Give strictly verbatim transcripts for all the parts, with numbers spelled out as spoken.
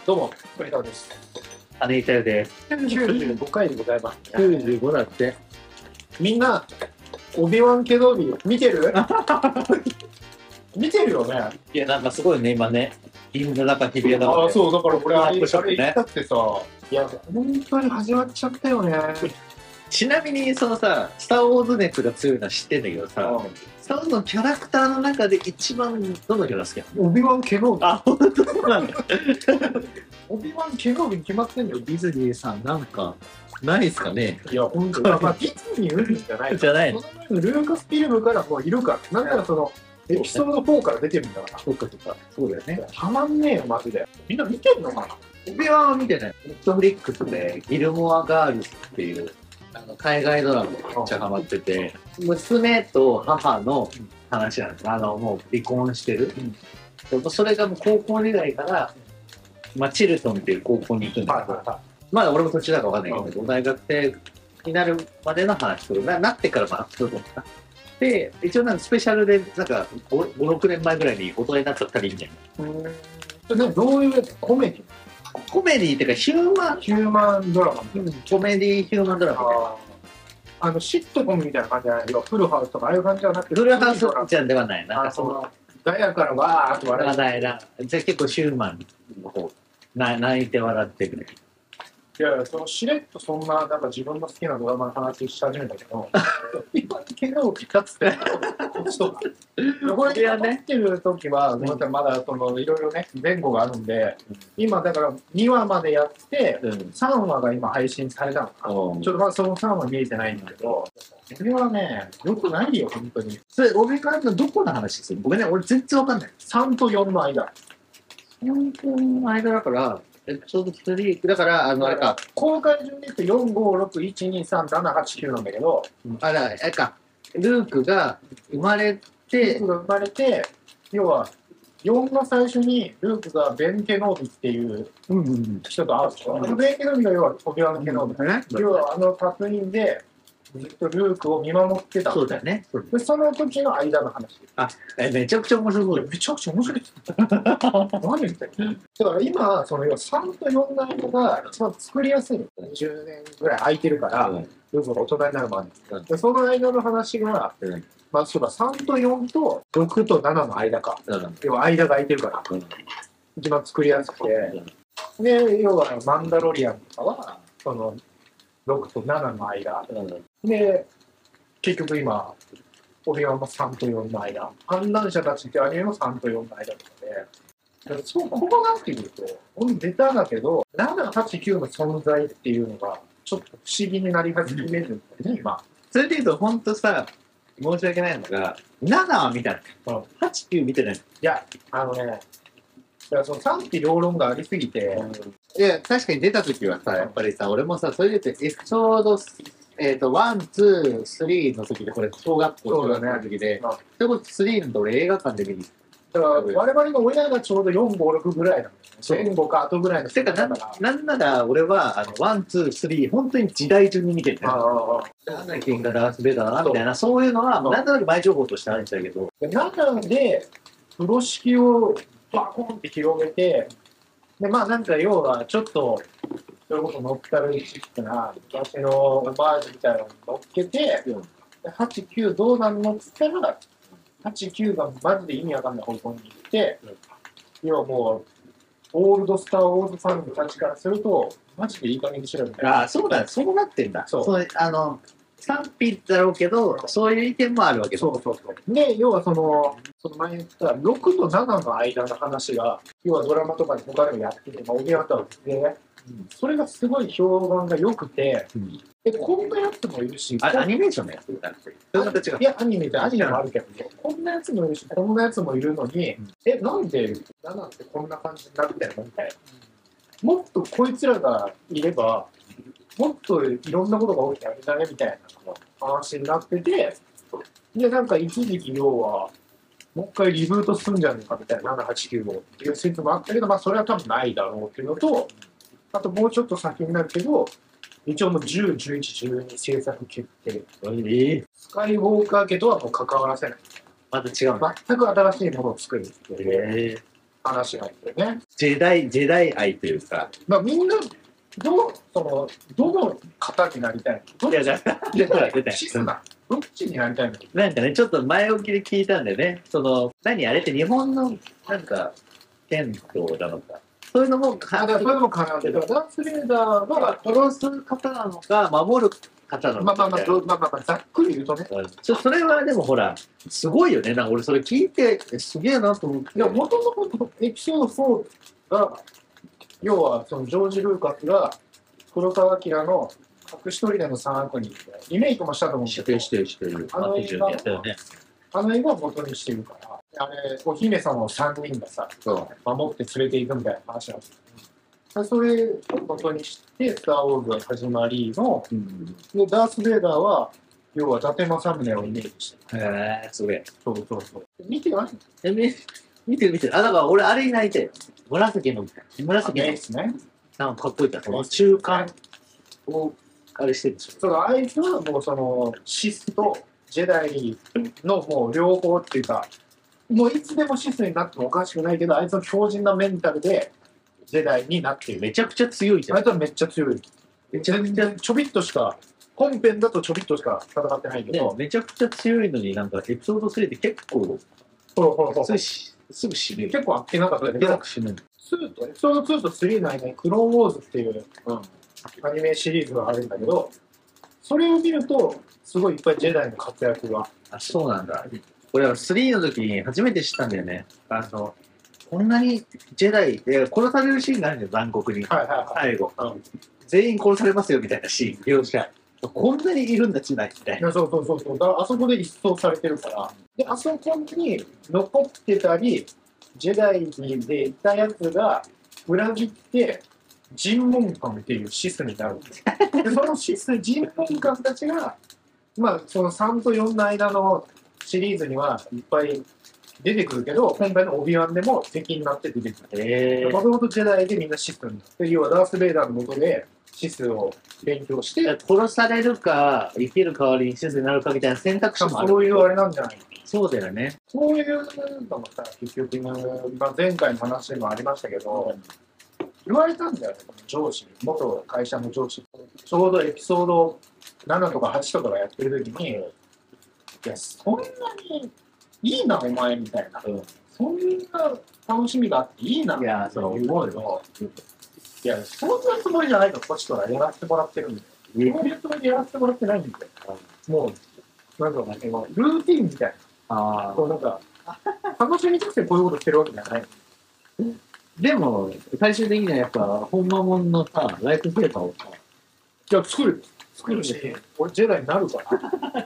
どうも、栗田です。 アネイタヨです。 きゅうじゅうごかいでございます。 きゅうじゅうごだって。 みんな、オビワンケノビ見てる見てるよね。 いや、なんかすごいね、今ね。銀座だか日比谷だか。 ああ、そう、だから俺、あれ、 ね、 あれ行きたくてさ。いや、本当に始まっちゃったよね。 ちなみに、そのさ、スター・ウォーズ熱が強いのは知ってんだけどさ、うん、スター・ウォーズのキャラクターの中で一番どのキャラ好きなの？ オビワンケノビ。 あ、本当そうなんだ。 オビワンケノビに決まってんだよ。 ディズニーさん、なんか、ないですかね。 いや、本当に。まあ、ディズニーうんじゃない。 じゃない。 ルーカスフィルムからもういるから。なんならその、エピソードフォーから出てるんだから。 そっかそっか。そうだよね。 たまんねえよ、マジで。みんな見てんのかな？ オビワンは見てない。ネットフリックスで、ギルモア・ガールズっていう、あの海外ドラマにめっちゃハマってて、娘と母の話なんです。あの、もう離婚してる。うん、それがもう高校時代から、まあ、チルトンっていう高校に行くんだけど、まだ俺も途中だかわかんないけど、うん、大学生になるまでの話とな、なってからまあ、そうだった。で、一応なんかスペシャルで、なんかご、ろくねんまえぐらいに大人になっちゃったらいいんじゃない？ うん。それどういうやつ？コメディ？ コメディっていうかヒューマンヒューマンドラマ、 うん、コメディヒューマンドラマみたいな。 あのシットコムみたいな感じじゃないよ。フルハウスとかああいう感じじゃなくて、 フルハウスちゃんではない。なんかそのガヤからわーっと笑いてる。じゃあ結構ヒューマンの方な泣いて笑ってる。 いやいや、そのしれっとそんな、なんか自分の好きなドラマの話し始めたけど、今、ケガを切ったっつって、こっちとか。これ、やってる時は、ごめんなさい、まだそのいろいろね、前後があるんで、今、だからにわまでやって、さんわが今配信されたのかな。ちょっとまだそのさんわ見えてないんだけど、これはね、よくないよ、本当に。 それ、オビカンのどこの話する？ごめんね、俺全然わかんない。 さんとよんの間。 さんとよんの間だから、エピソードスリーだから、あの、あれか。 公開順に言ってよん、ご、ろく、いち、に、さん、なな、はち、きゅうなんだけど、 あれ、あれか。ルークが生まれて、 ルークが生まれて、要は、よんの最初にルークがベン・ケノービっていう人と会うでしょ。あのベン・ケノービが要はオビワン・ケノービね。要はあのタトゥインで、ずっとルークを見守ってた。 そうだよね。 で、その時の間の話。 あ、え、めちゃくちゃ面白そう。 めちゃくちゃ面白い。何言ってんの？だから今、その要さんとよんの間が一番作りやすいの。じゅうねんぐらい空いてるから、ルークが大人になるまで。うん、でその間の話が、うん、まあそうだ、さんとよんとろくとななの間か。うん、要は間が空いてるから、うん、一番作りやすくて。うん、で、要はマンダロリアンとかは、その、ろくとななの間。うん、で、結局今、オビワンもさんとよんの間。反乱者たちってアニメもさんとよんの間とかで。そう、ここがっていうと、ほんベタだけど、なな、はち、きゅうの存在っていうのが、ちょっと不思議になり始めるんだよね、今。 それでいうと、ほんとさ、申し訳ないのが、ななは見たの。はち、きゅう見てないの。いや、あのね、だからその賛否両論がありすぎて、うん、 いや、確かに出た時はさ、やっぱりさ、俺もさ、それで言って、エピソード、えっと、ワン、ツー、スリーの時で、これ、小学校、小学校の時で、それこそスリーのと俺映画館で見に行った。 だから、我々の親がちょうどよん、ご、ろくぐらいなの。前後か後ぐらいの。 てか、なんなんなら、俺は、あの、ワン、ツー、スリー、本当に時代順に見てるね。アナキンがダース・ベイダーだな、みたいな、そういうのは、なんとなく前情報としてあるんだけど。 中で、風呂敷をバコンって広げて、で、まあなんか要はちょっと、それこそノスタルジックな昔のオマージュみたいなのを乗っけて、うん、はち、きゅうどうなんのっつったら、はち、きゅうがマジで意味わかんない方向に行って、うん、要はもう、オールドスター・ウォーズファンたちからすると、マジでいい加減にしろみたいな。 ああ、そうだ、そうなってんだ。そう。そうあの賛否だろうけど、そういう意見もあるわけ。 そうそうそう。で、要はその、その前言ったろくとななの間の話が、要はドラマとかで他でもやってて、まあ、オビワンとは別でね、うん、それがすごい評判が良くて、うん、で、こんなやつもいるし、 あアニメーションのやつだっていや、アニメでアニメもあるけど、こんなやつもいるし、こんなやつもいるのに、うん、え、なんでななってこんな感じになってんのみたいな。もっとこいつらがいれば、もっといろんなことが起きてあれだねみたいな話になってて、で、なんか一時期要は、もう一回リブートするんじゃないかみたいな、なな、はち、きゅうをっていう説もあったけど、まあそれは多分ないだろうっていうのと、あともうちょっと先になるけど、一応もうじゅう、じゅういち、じゅうに制作決定。えー、スカイウォーカー家とはもう関わらせない。 また違う。 全く新しいものを作るっていう。 えー話なんだよね。 ジェダイ、ジェダイ愛というか。 まあみんな、どう、その、どの方になりたいの？ いや、だから、出た出たシスな。どっちになりたいの？ なんかね、ちょっと前置きで聞いたんだよね。その、何あれって日本の、なんか、剣道なのか。そういうのも、 あ、だからそれでもかなって。だからダース・レーダーは、 殺す方なのか、守る方なのか。 まあまあまあ、まあまあまあ、ざっくり言うとね。 そそれはでもほら、すごいよね。なんか俺それ聞いて、すげえなと思って。 いや、もともとエピソードフォーが、要はそのジョージ・ルーカスが黒澤明の隠し砦の三悪人ってリメイクもしたと思うんですけど、 してるしてる。 あの映画やったよね。 あの映画を元にしてるから、あれ、お姫様をさんにんがさ、守って連れていくみたいな話なんですよ。それを元にして、スター・ウォーズが始まりの、うん、でダース・ベイダーは、要は伊達政宗をイメージして。 へえ、すげえ。 そうそうそう。見てないえ、見見てる見てる。あ、だから俺あれになりたい。紫の、紫の。 ですね。 なんかかっこいいから、その中間をあれしてるでしょ。 そう、あいつはもうそのシスとジェダイのもう両方っていうか、もういつでもシスになってもおかしくないけど、あいつの強靭なメンタルでジェダイになっている。 めちゃくちゃ強いじゃん。 あいつはめっちゃ強い。全然ちょびっとしか、本編だとちょびっとしか戦ってないけど、 めちゃくちゃ強いのになんかエピソードスリーって結構、 ほらほらほら、 すぐ死ぬ。 結構あっけなかったけど、死ぬ。 ツーとエピソードツーとスリーの間にクローンウォーズっていう、うん、アニメシリーズがあるんだけど、それを見るとすごいいっぱいジェダイの活躍が。 あ、そうなんだ。俺はスリーの時に初めて知ったんだよね。あのこんなにジェダイで殺されるシーンがあるんだよ、残酷に。 はいはいはい、 最後、うん。全員殺されますよみたいなシーン、描写。こんなにいるんだ、ジェダイみたいな。 そうそうそうそう。だからあそこで一掃されてるから。で、あそこに残ってたり、ジェダイでいたやつが裏切って尋問官っていうシスになるんです。で、そのシス、尋問官たちが、まあ、そのさんとよんの間のシリーズにはいっぱい出てくるけど、今回のオビワンでも敵になって出てくる。もともとジェダイでみんなシスになって、要はダース・ベイダーのもとでシスを勉強して、 殺されるか、生きる代わりにシスになるかみたいな選択肢もある。 そういうあれなんじゃないそうだよね。 そういうのもさ、結局、まあ、前回の話にもありましたけど、うん、言われたんだよね、上司、元会社の上司。ちょうどエピソードななとかはちとかがやってる時に、いや、そんなにいいな、お前みたいな。うん、そんな楽しみがあっていいな、 いや、そう言うけど、いや、そんなつもりじゃないと、こっちとはやらせてもらってるんで。そういうつもりでやらせてもらってないんで。もう、なんか、ルーティンみたいな。あこうなんか楽しみたくてこういうことしてるわけじゃない。 でも最終的にはやっぱ本間もんのさライフセーバーをさ、 じゃあ作る作るし、俺ジェダイになるから。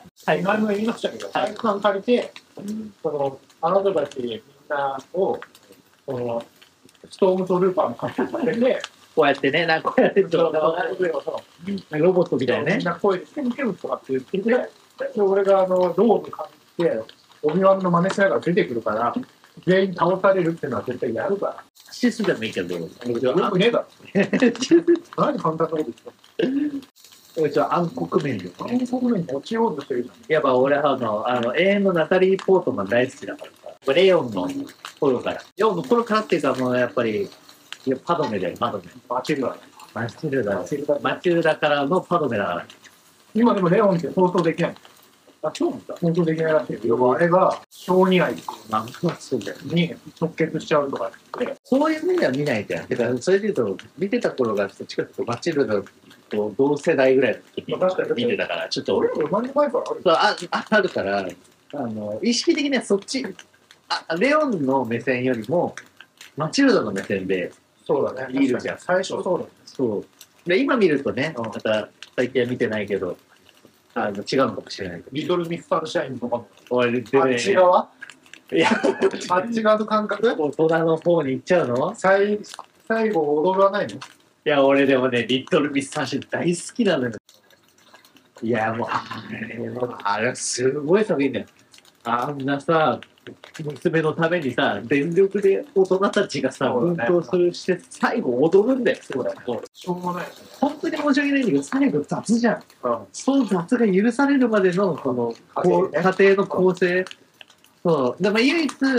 はい、前も言いましたけど、体育館借りて、そのあなたたちみんなをそのストームトルーパーの格好されて、 こうやってね、なんかこうやってロボットみたいなね。 みんな声で「ケムケム」とかって言ってて、で俺があのローブ借りて。オビワンの真似しながら出てくるから、全員倒されるっていうのは絶対やるから。 シスでもいいけど、よくねえだろ。何簡単なこと言ってた。 俺、暗黒面で。 暗黒面に落ちようとしてるじゃん。 やっぱ俺、あの、あの永遠のナタリー・ポートマン大好きだからさ、レオンの頃から。レオンの頃からっていうか、もうやっぱり、いやパドメだよ、パドメ。 マチルダ。 マチルダ。マチルダからのパドメだから。 今でもレオンって放送できない。あ、そうなんだ。本当できないらしいけど、あれが小児愛に直結しちゃうとかって。 そういう目では見ないじゃん。だからそれで言うと、見てた頃が近くとマチルダと同世代ぐらいの時に見てたから、ちょっと。 俺生まれる前からあるああるから、あの、意識的にはそっち、あレオンの目線よりも、マチルダの目線でそうだね。 見るじゃん。 最初そうだね。 そう。で、今見るとね、また最近は見てないけど、あの違うのかもしれないけど。 リトルミスサンシャインとかも。 俺、 あっち側いや、 あっち側の感覚大人の方に行っちゃうの最最後踊らないのいや、俺でもね、リトルミスサンシャイン大好きなのよ。いや、もう、あれ、あれすごい作品だよ。あんなさ、娘のためにさ、全力で大人たちがさ、奮闘するして、最後踊るんだよ。 そうだね。しょうがない。 本当に申し訳ないんだけど、最後雑じゃん。うん、その雑が許されるまでの、この、家庭の構成。そう。でも唯一、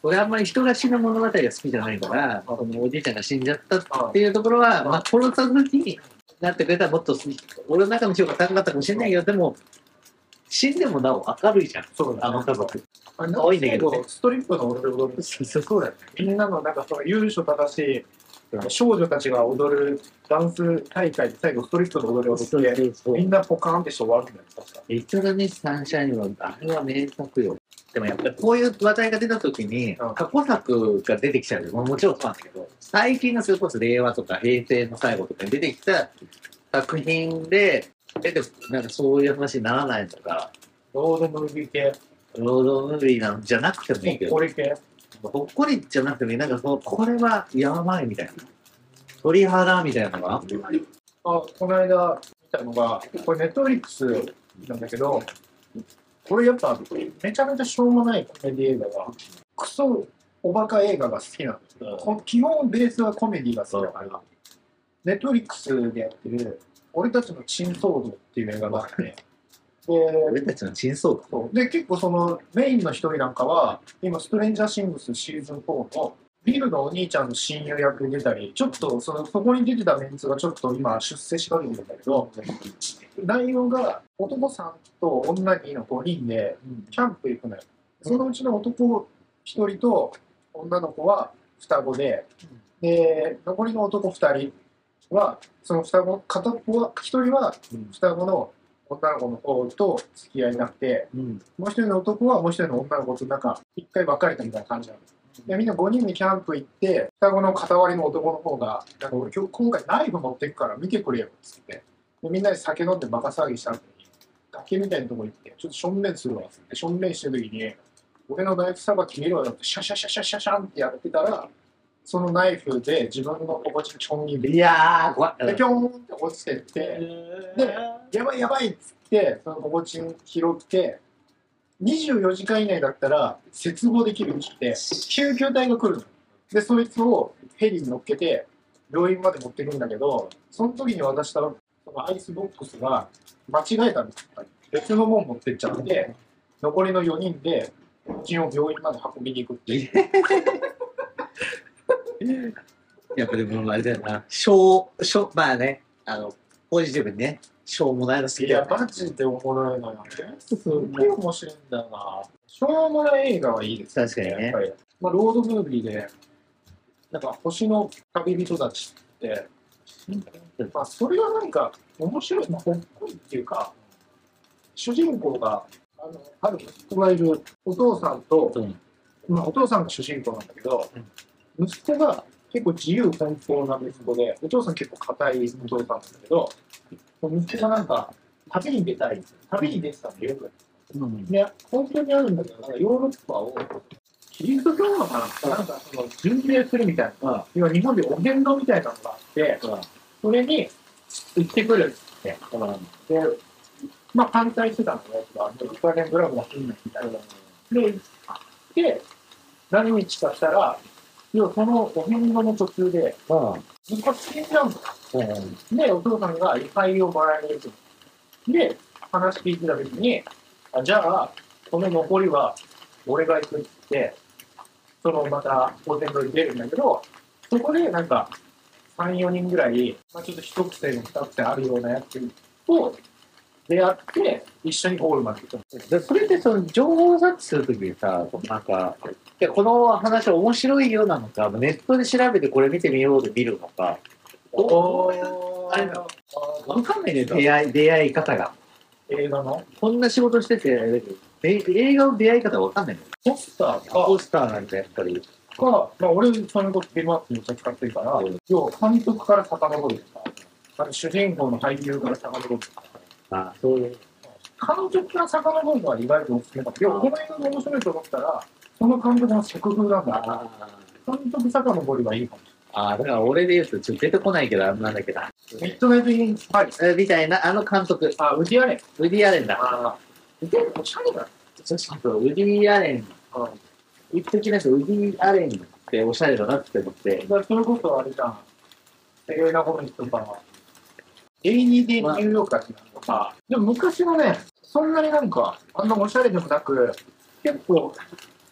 俺あんまり人が死ぬ物語が好きじゃないから、このおじいちゃんが死んじゃったっていうところは、まあ、殺さずになってくれたらもっと、俺の中の評価高かったかもしれないけど、でも、死んでもなお明るいじゃん、 そうだねあの家族。 あれ可愛いんだけどねストリップの踊る踊る。そうだよね。みんなのなんかその由緒正しい少女たちが踊るダンス大会で最後ストリップの踊りを踊って、みんなポカーンってして終わるんだよ、確か。 リトルミスサンシャインは、あれは名作よ。でもやっぱりこういう話題が出たときに、 うん過去作が出てきちゃうよ。もちろんそうなんだけど、最近のそれこそ令和とか平成の最後とかに出てきた作品で、出てなんかそういう話にならないとか、 ロードムービー系、 ロードムービーなんじゃなくてもいいけど、 これ系。 ほっこりじゃなくてもいい。なんかそう、これはやばいみたいな。鳥肌みたいなのが。 あ、この間見たのが、これネットフリックスなんだけど、これやっぱめちゃめちゃしょうもないコメディ映画が、クソおバカ映画が好きなんですけど、こ基本ベースはコメディが好きだから、ネットフリックスでやってる、俺たちの珍騒動っていう映画があって、で俺たちの珍相談。 そうで結構そのメインの一人なんかは、今、ストレンジャーシングスシーズンフォーのビルのお兄ちゃんの親友役に出たり、ちょっとそのそこに出てたメンツがちょっと今、出世しかけてるんだけど、内容が男さんと女にのごにんでキャンプ行くのよ。そのうちの男ひとりと女の子は双子で、で残りの男ふたりは、その双子、片っぽは、ひとりは双子の女の子の方と付き合いなくて、 うん。 もう一人の男はもう一人の女の子となんか一回別れたみたいな感じなの。でみんなごにんでキャンプ行って、双子の片割りの男の方が、なんか俺今日今回ナイフ持ってくから見てくれよっつって、でみんなで酒飲んでバカ騒ぎした後に、崖みたいなとこ行って、ちょっと正面するわっつって、正面してる時に、俺のナイフさばき見ろよって、シャシャシャシャシャシャンってやってたら、そのナイフで自分のおばちにちょん切りいやー、怖い。 で、ピョーンって落ちてって、で、やばいやばいっつって、そのおぼちん拾って、にじゅうよじかん以内だったら接合できるって言って、救急隊が来るの。で、そいつをヘリに乗っけて、病院まで持ってくんだけど、その時に渡したそのアイスボックスが間違えたんですよ。別のもん持ってっちゃって、残りのよにんで、うちを病院まで運びに行くっていう。 やっぱでもあれだよな。しょう、しょう、まあね、あの、ポジティブにね、しょうもないの好きいや、 だよね。 マジでおもろいのよ。すっげえ面白いんだよな。しょうもない映画はいいです確かにねやっぱり。まあ、ロードムービーで、なんか星の旅人たちって、まあ、それがなんか面白い、まあ、ほっこりっていうか、主人公が、あの、ある息子がいるお父さんと、 うん。 まあ、お父さんが主人公なんだけど、息子が結構自由奔放な息子で、お父さん結構硬いお父さんなんだけど、息子がなんか旅に出たい、旅に出てたんでよく。 うん。 で、本当にあるんだけど、なんかヨーロッパをキリスト教なのかな、なんかその巡礼するみたいな、要は日本でお遍路みたいなのがあって、それに行ってくるって。で、まあ反対してたのね、お金ブラブラすんなみたいな。で、で、何日かしたら、要はそのお遍路の途中で、息子が死んじゃうんだよ。で、お父さんが位牌をもらいに行く。で、話聞いてた時に、あじゃあ、この残りは俺が行くって言って、そのまたお遍路に出るんだけど、そこでなんかさん、よにんぐらい、まあ、ちょっと一癖の二癖あるようなやつと出会って、一緒にゴールまで行く。 でそれでその情報察知するときにさ、なんか、いやこの話面白いようなのか、ネットで調べてこれ見てみようで見るのか、 おあれだわかんないね、出会い、出会い方が。 映画のこんな仕事してて、え映画の出会い方わかんないの。 ポスターか、 ポスターなんてやっぱり。 かまあ、俺、その時ビマップめっちゃ使ってるから、要は監督から遡るとか、あの主人公の俳優から遡るとか。 あそういう。 監督から遡るのは意外とおすすめだけど、この映画が面白いと思ったら、その監督の作風なんだ。 あ監督遡りはいいかもしあ、だから俺で言うと、ちょっと出てこないけど、あんなんだけど。 れない。ミッドナイト・イン・パリ。 えみたいな、あの監督。 あ、ウディアレン。 ウディ・アレンだ。 ああ、ウディアレンおしゃれだ。 そうそうウディ・アレン。一時なんかウディ・アレンっておしゃれだなって思って。 だからそれこそあれじゃん。セレーナ・ゴメスとか、エイニー・ディ・ニューヨーカーとか、でも昔のね、そんなになんか、あんなおしゃれでもなく、結構、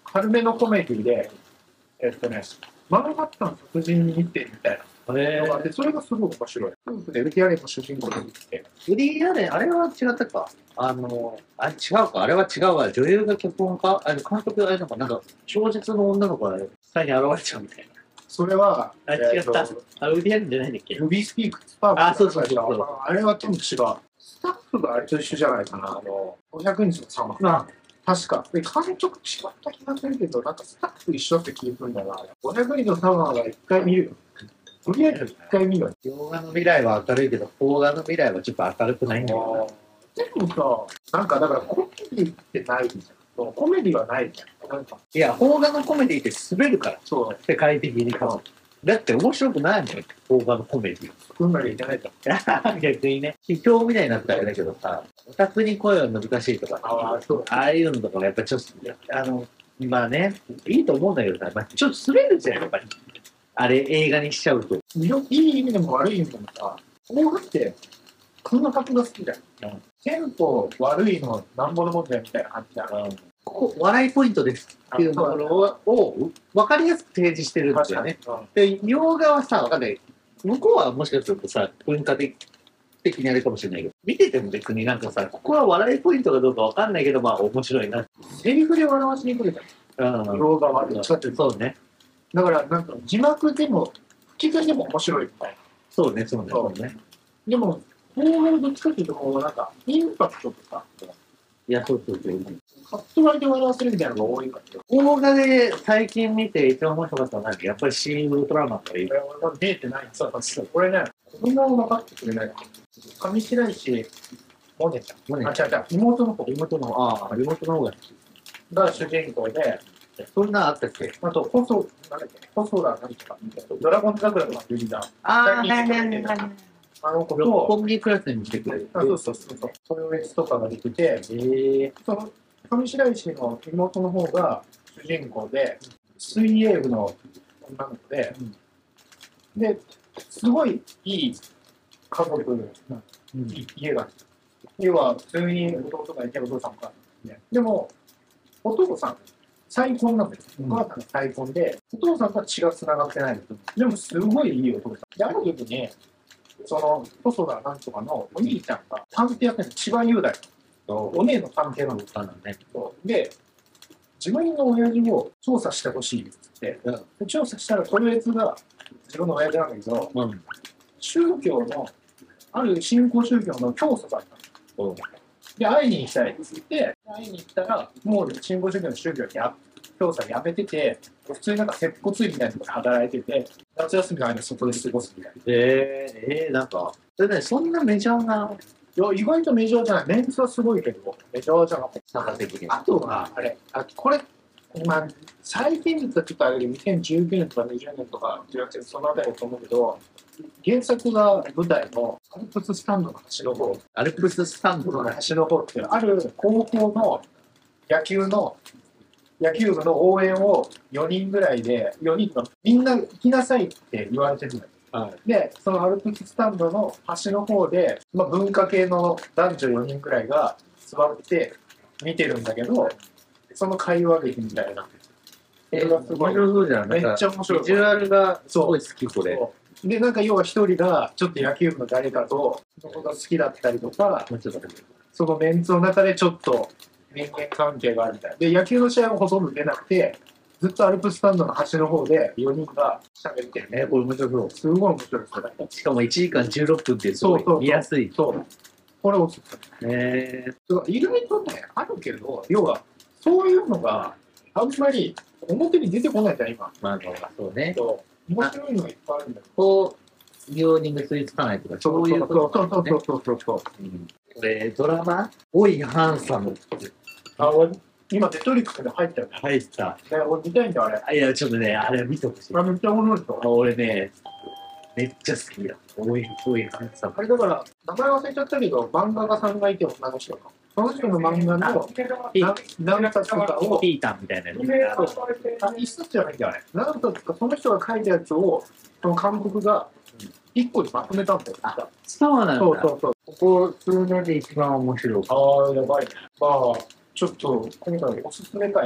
軽めのコメディで、えっとね、マンハッタン殺人に日程みたいなのがあって、それがすごい面白い。夫婦でウディ・アレンの主人公で見て。 ウディ・アレン、あれは違ったか。あの、あ違うか。あれは違うわ。女優が脚本か。あれ、監督があれなんか、なんか、小説の女の子が下に現れちゃうみたいな。 それは、 あ、違った。あ、ウディ・アレンじゃないんだっけ。 ルビー・スピークスパーク。 あ、そうそうそうそう。 あれは多分違う。スタッフがあれと一緒じゃないかな。あの、ごひゃくにちのサマー。 あ確か。で、監督違った気がするけど、なんかスタッフ一緒って聞いてるんだな。ごひゃくにちのサマーが一回見るよ。とりあえず一回見るよ。 洋画の未来は明るいけど、邦画の未来はちょっと明るくないんだよな。でもさ、なんかだからコメディってないじゃん。コメディはないじゃん。なんかいや、邦画のコメディって滑るから、 そう。 世界的にか。だって面白くないのよ、邦画のコメディ。 作んなきゃいけないじゃん。逆にね、批評みたいになったらあれだけどさ、オタクに声は難しいとか、 ああ、そう。 ああいうのとかもやっぱちょっと、あの、まあね、いいと思うんだけどさ、まあ、ちょっと滑るじゃん、やっぱり。あれ、映画にしちゃうと。 いい意味でも悪い意味でもさ、邦画って空白が好きじゃん。うん、テンポ悪いのなんぼのもんだよみたいな感じだから、うん、 ここ笑いポイントですっていうところを分かりやすく提示してるんですよね。うん、で、洋画はさ、分かんない。向こうはもしかするとさ、文化的的にあれかもしれないけど、見てても別になんかさ、ここは笑いポイントかどうか分かんないけど、まあ面白いな。 セリフで笑わしにくいじゃん。洋画は。 そうね。 だからなんか字幕でも吹き替えでも面白いみたいな。 そうね、そうね。そうね。 でも、邦画のどっちかっていうと、こうなんか、インパクトとか、 いや、そうそうそう。 カット割りで笑わせるみたいなのが多いから。 邦画で最近見て一番面白かったのは何やっぱりシーン・ウルトラマンがいい。 俺は見えてないんですよ。これね、子供を分かってくれない。上白石萌音ちゃん。 モネあ、違う違う、妹の方。 妹の、ああ、妹の方が好き。 が主人公で、 そんなあったっけあと、細、なんだっけ、細田何とか、ドラゴン桜とかリーダー。 ああ、はいはいはいはい。 あの子六と、 本木クラスに来てくれる。 あ、そうそうそうそう。そういうやつとかが出てて、 えー、 その上白石の妹の方が主人公で、水泳部の女の子で、うん、で、すごいいい家族の、うん、家が、要は普通に弟がいてお父さんが、ね、でも、お父さん、再婚なんですよ。お母さんが再婚で、お父さんとは血が繋がってないんですよ。でも、すごいいいお父さん。で、ある時に、その、細田なんとかのお兄ちゃんが探偵やってるの、千葉雄大と、お姉の探偵なのかなね。で、自分の親父を調査してほしいって言って、うん、調査したら、このやつが自分の親父なんだけど、うん、宗教の、ある信仰宗教の教祖だったの。で、会いに行きたいって言って、会いに行ったら、もう信仰宗教の宗教や教祖やめてて、普通になんか接骨院みたいなところで働いてて、夏休みの間そこで過ごすみたいな。 えー、えー、なんか、それね、そんなメジャーな。 いや、意外とメジャーじゃない。メンツはすごいけど、メジャーじゃなくて。 なんか的に。 あとは、あれ、あこれ、まあ、最近だとちょっとあれでにせんじゅうきゅうねんとかにじゅうねんとか、そのあたりだと思うけど、原作が舞台のアルプススタンドの端の方。 アルプススタンドの端の方って、ある高校の野球の、野球部の応援をよにんぐらいで、よにんのみんな行きなさいって言われてるのよ。はい、で、そのアルプススタンドの端の方で、まあ、文化系の男女よにんぐらいが座って見てるんだけど、その会話劇みたいな。 えー、すごい面白そうじゃん。 めっちゃ面白い。 ビジュアルがすごい好き、これ。 で、なんか要は一人がちょっと野球部の誰かと、そこが好きだったりとか、そのメンツの中でちょっと人間関係があるみたいな。で、野球の試合もほとんど出なくて、ずっとアルプススタンドの端の方でよにんが喋ってるね。 これ面白そう。 すごい面白いです。 しかもいちじかんじゅうろっぷんってすごい見やすい。 そう。これおすすめ。 へえ。 意外とね、あるけど、要は、そういうのがあんまり表に出てこないじゃん、今。 まあ、そうね。 面白いのがいっぱいあるんだけど。 こう、病に結びつかないとか、そういうこと、ね。 そうそうそうそうそう。 うん、これ、ドラマおい、ハンサム。 あ、俺、今、ネットリックスで入ったよね。 入った。 俺見たいんだ、あれ。 いや、ちょっとね、あれ見てほしい。 あ、めっちゃ面白いと。 俺ね、めっちゃ好きだ。おい、おい、ハンサム。 あれだから、名前忘れちゃったけど、漫画家さんがいて女の人か。その人の漫画の何冊かを、 ピータンみたいなやつ。 あ、一冊じゃないんだよね。何冊か、その人が書いたやつを、その監督が一個にまとめたんだよ。 あ、そうなんだ。そうそうそう。ここ数年で一番面白い。 ああ、やばいね。まあ、ちょっと今回おすすめ会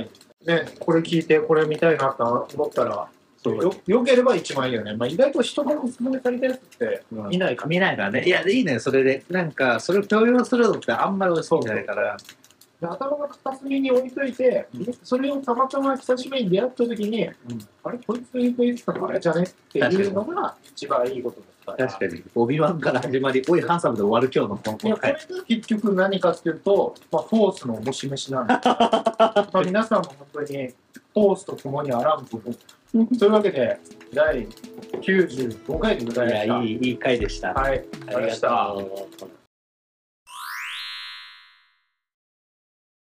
ね、これ聞いてこれ見たいなと思ったら、よよければいちまん円よね。まあ、意外と人がおすすめされたやつって見ないか、 見ないからね。いや、いいね、それで。なんか、それを共有するのってあんまり美味しいんじゃないから。 頭の片隅に置いといて、うん、それをたまたま久しぶりに出会った時に、うん、あれ、こいつ言ってたのあれじゃねっていうのが一番いいことだった。 確かに。オビワンから始まり、おい、ハンサムで終わる今日のこのいや、これが結局何かっていうと、まあ、フォースのお示しなんです。まあ皆さんも本当に、フォースと共にあらんと。というわけで、だいきゅうじゅうごかいでございました。 いや、いい、いい回でした。 はい、 ありがとう。